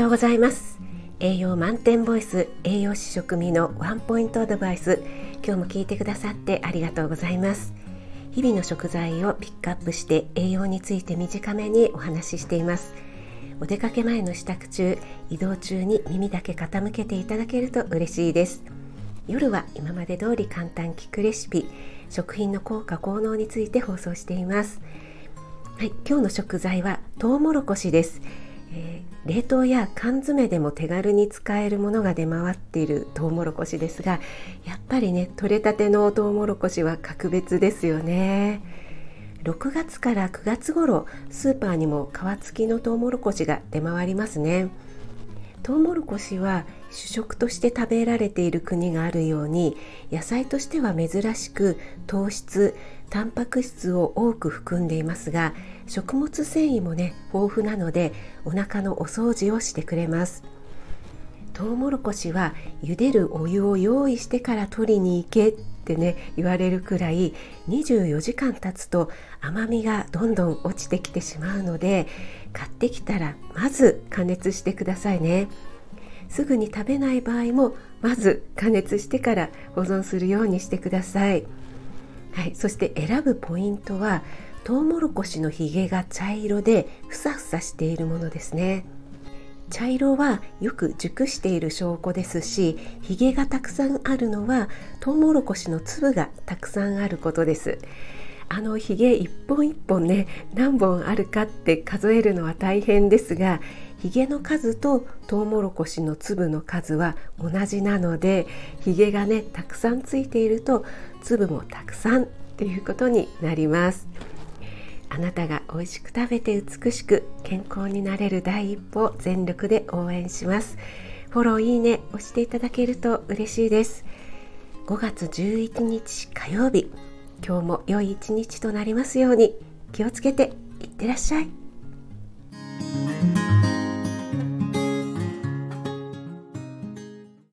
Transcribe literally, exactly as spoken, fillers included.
うございます。栄養満点ボイス、栄養士食味のワンポイントアドバイス。今日も聞いてくださってありがとうございます。日々の食材をピックアップして栄養について短めにお話ししています。お出かけ前の支度中、移動中に耳だけ傾けていただけると嬉しいです。夜は今まで通り簡単聞くレシピ、食品の効果効能について放送しています。はい、今日の食材はトウモロコシです。えー、冷凍や缶詰でも手軽に使えるものが出回っているトウモロコシですが、やっぱりね、取れたてのトウモロコシは格別ですよね。ろくがつからくがつ頃、スーパーにも皮付きのトウモロコシが出回りますね。トウモロコシは主食として食べられている国があるように、野菜としては珍しく糖質、タンパク質を多く含んでいますが、食物繊維もね豊富なので、お腹のお掃除をしてくれます。トウモロコシは茹でるお湯を用意してから取りに行けってね言われるくらい、にじゅうよじかん経つと甘みがどんどん落ちてきてしまうので、買ってきたらまず加熱してくださいね。すぐに食べない場合もまず加熱してから保存するようにしてください。はい、そして選ぶポイントは、トウモロコシのひげが茶色でふさふさしているものですね。茶色はよく熟している証拠ですし、ひげがたくさんあるのはトウモロコシの粒がたくさんあることです。あのひげ一本一本ね、何本あるかって数えるのは大変ですが、ひげの数とトウモロコシの粒の数は同じなので、ひげがねたくさんついていると粒もたくさんっていうことになります。あなたが美味しく食べて美しく健康になれる第一歩を全力で応援します。フォロー、いいね押していただけると嬉しいです。ごがつじゅういちにち火曜日、今日も良い一日となりますように。気をつけていってらっしゃい。